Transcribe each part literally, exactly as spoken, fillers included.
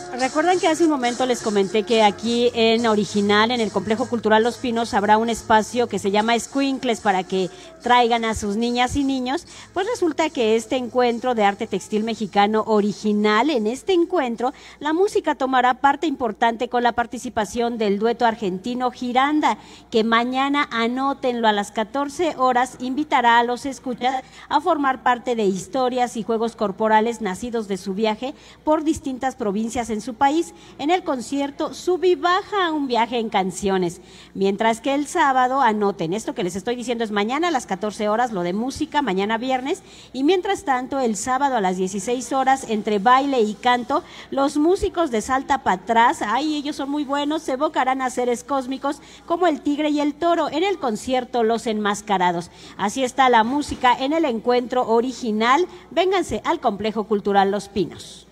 Recuerdan que hace un momento les comenté que aquí en Original, en el Complejo Cultural Los Pinos, habrá un espacio que se llama Escuincles para que traigan a sus niñas y niños. Pues resulta que este encuentro de arte textil mexicano original, en este encuentro, la música tomará parte importante con la participación del dueto argentino Giranda, que mañana, anótenlo, a las catorce horas, invitará a los escuchas a formar parte de historias y juegos corporales nacidos de su viaje por distintas provincias en su país, en el concierto Sub y Baja, un viaje en canciones. Mientras que el sábado, anoten, esto que les estoy diciendo es mañana a las catorce horas, lo de música, mañana viernes, y mientras tanto el sábado a las dieciséis horas, entre baile y canto, los músicos de Salta para atrás, ay, ellos son muy buenos, se evocarán a seres cósmicos como el Tigre y el Toro en el concierto Los Enmascarados. Así está la música en el encuentro original. Vénganse al Complejo Cultural Los Pinos.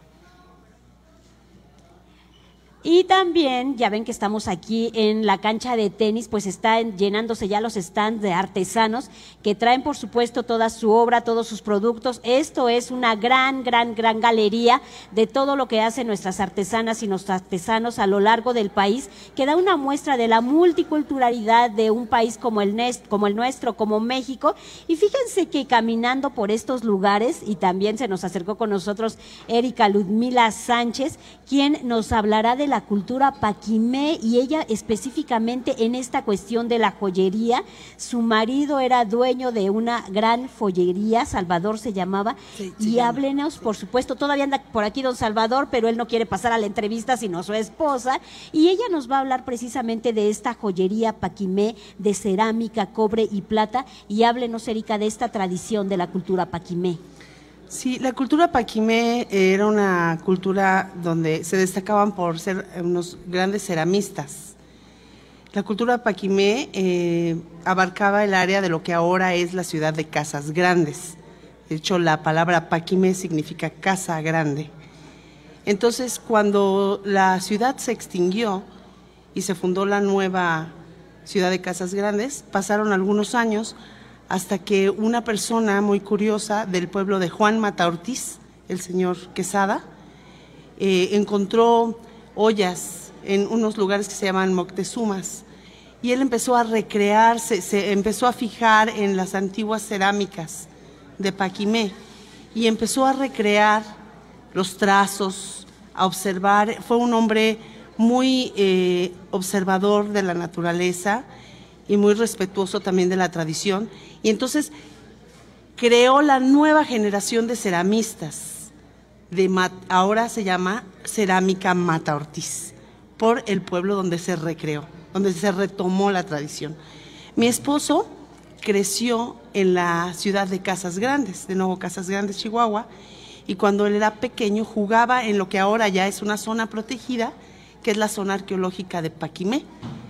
Y también, ya ven que estamos aquí en la cancha de tenis, pues están llenándose ya los stands de artesanos que traen, por supuesto, toda su obra, todos sus productos. Esto es una gran, gran, gran galería de todo lo que hacen nuestras artesanas y nuestros artesanos a lo largo del país, que da una muestra de la multiculturalidad de un país como el, como el nuestro, como México. Y fíjense que caminando por estos lugares, y también se nos acercó con nosotros Erika Ludmila Sánchez, quien nos hablará de la cultura paquimé, y ella específicamente en esta cuestión de la joyería. Su marido era dueño de una gran joyería, Salvador se llamaba, sí, y llama. Háblenos, por supuesto, todavía anda por aquí don Salvador, pero él no quiere pasar a la entrevista sino su esposa, y ella nos va a hablar precisamente de esta joyería paquimé de cerámica, cobre y plata. Y háblenos, Erika, de esta tradición de la cultura paquimé. Sí, la cultura paquimé era una cultura donde se destacaban por ser unos grandes ceramistas. La cultura paquimé eh, abarcaba el área de lo que ahora es la ciudad de Casas Grandes. De hecho, la palabra paquimé significa casa grande. Entonces, cuando la ciudad se extinguió y se fundó la nueva ciudad de Casas Grandes, pasaron algunos años hasta que una persona muy curiosa del pueblo de Juan Mata Ortiz, el señor Quesada, eh, encontró ollas en unos lugares que se llaman Moctezumas, y él empezó a recrearse, se empezó a fijar en las antiguas cerámicas de paquimé, y empezó a recrear los trazos, a observar. Fue un hombre muy eh, observador de la naturaleza y muy respetuoso también de la tradición. Y entonces creó la nueva generación de ceramistas, de Mat, ahora se llama Cerámica Mata Ortiz, por el pueblo donde se recreó, donde se retomó la tradición. Mi esposo creció en la ciudad de Casas Grandes, de nuevo Casas Grandes, Chihuahua, y cuando él era pequeño jugaba en lo que ahora ya es una zona protegida, que es la zona arqueológica de Paquimé.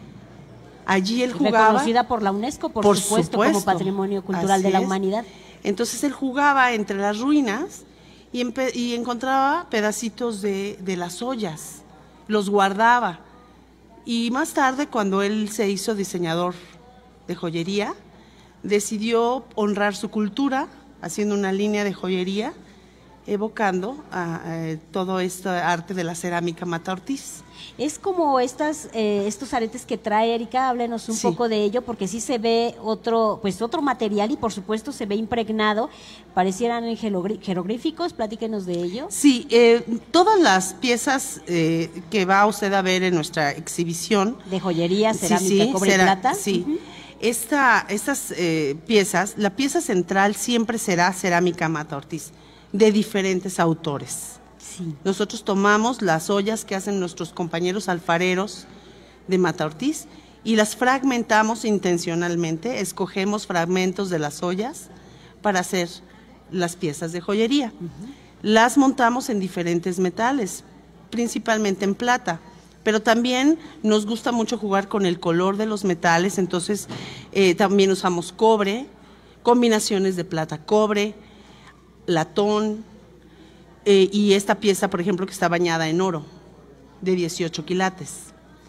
Allí él jugaba. Reconocida por la UNESCO, por, por supuesto, supuesto, como Patrimonio Cultural así de la es. Humanidad. Entonces él jugaba entre las ruinas y, y encontraba pedacitos de, de las ollas, los guardaba. Y más tarde, cuando él se hizo diseñador de joyería, decidió honrar su cultura, haciendo una línea de joyería, evocando a, a, todo este arte de la cerámica Mata Ortiz. Es como estas, eh, estos aretes que trae Erika, háblenos un sí. poco de ello, porque sí se ve otro, pues otro material, y por supuesto se ve impregnado, parecieran jeroglíficos. Platíquenos de ello. Sí, eh, todas las piezas eh, que va usted a ver en nuestra exhibición. De joyería, cerámica, sí, sí, cobre será, y plata. Sí, uh-huh. Esta, estas eh, piezas, la pieza central siempre será cerámica Mata Ortiz, de diferentes autores. Sí. Nosotros tomamos las ollas que hacen nuestros compañeros alfareros de Mata Ortiz y las fragmentamos intencionalmente, escogemos fragmentos de las ollas para hacer las piezas de joyería. Uh-huh. Las montamos en diferentes metales, principalmente en plata, pero también nos gusta mucho jugar con el color de los metales, entonces eh, también usamos cobre, combinaciones de plata-cobre, latón, eh, y esta pieza, por ejemplo, que está bañada en oro, de dieciocho quilates.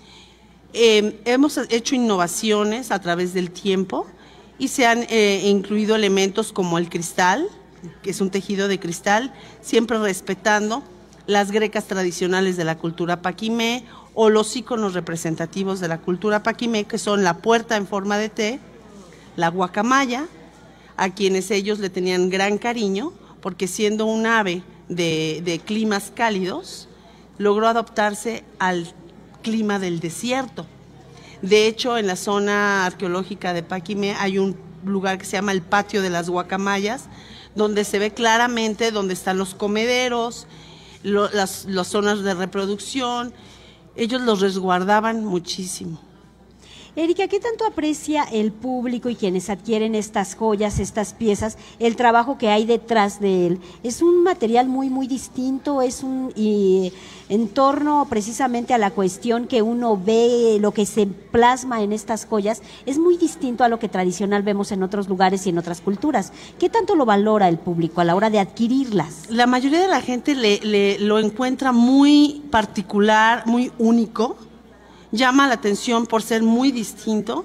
Eh, hemos hecho innovaciones a través del tiempo y se han eh, incluido elementos como el cristal, que es un tejido de cristal, siempre respetando las grecas tradicionales de la cultura paquimé o los íconos representativos de la cultura paquimé, que son la puerta en forma de T, la guacamaya, a quienes ellos le tenían gran cariño, porque siendo un ave de, de climas cálidos, logró adaptarse al clima del desierto. De hecho, en la zona arqueológica de Paquimé hay un lugar que se llama el Patio de las Guacamayas, donde se ve claramente dónde están los comederos, lo, las, las zonas de reproducción. Ellos los resguardaban muchísimo. Erika, ¿qué tanto aprecia el público y quienes adquieren estas joyas, estas piezas, el trabajo que hay detrás de él? Es un material muy, muy distinto, es un y, en torno precisamente a la cuestión que uno ve, lo que se plasma en estas joyas, es muy distinto a lo que tradicional vemos en otros lugares y en otras culturas. ¿Qué tanto lo valora el público a la hora de adquirirlas? La mayoría de la gente le, le, lo encuentra muy particular, muy único. Llama la atención por ser muy distinto.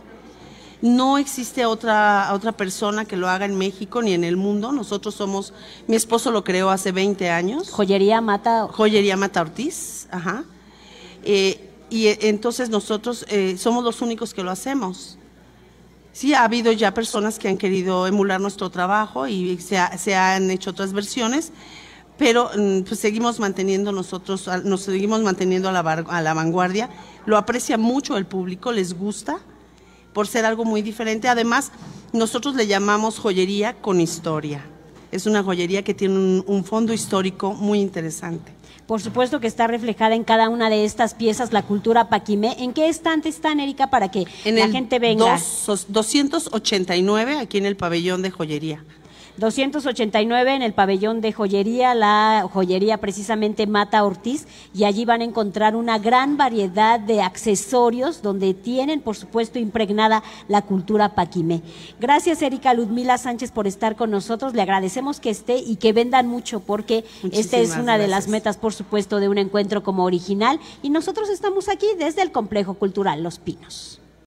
No existe otra, otra persona que lo haga en México ni en el mundo. Nosotros somos, mi esposo lo creó hace veinte años. Joyería Mata. Joyería Mata Ortiz, ajá. Eh, y entonces nosotros eh, somos los únicos que lo hacemos. Sí, ha habido ya personas que han querido emular nuestro trabajo y se, ha, se han hecho otras versiones, pero pues seguimos manteniendo nosotros, nos seguimos manteniendo a la, a la vanguardia. Lo aprecia mucho el público, les gusta, por ser algo muy diferente. Además, nosotros le llamamos joyería con historia. Es una joyería que tiene un, un fondo histórico muy interesante. Por supuesto que está reflejada en cada una de estas piezas la cultura paquimé. ¿En qué estante están, Erika, para que en la el gente venga? Dos, doscientos ochenta y nueve, aquí en el pabellón de joyería. doscientos ochenta y nueve en el pabellón de joyería, la joyería precisamente Mata Ortiz, y allí van a encontrar una gran variedad de accesorios donde tienen, por supuesto, impregnada la cultura paquimé. Gracias, Erika Ludmila Sánchez, por estar con nosotros. Le agradecemos que esté y que vendan mucho, porque esta es una gracias. de las metas, por supuesto, de un encuentro como original, y nosotros estamos aquí desde el Complejo Cultural Los Pinos.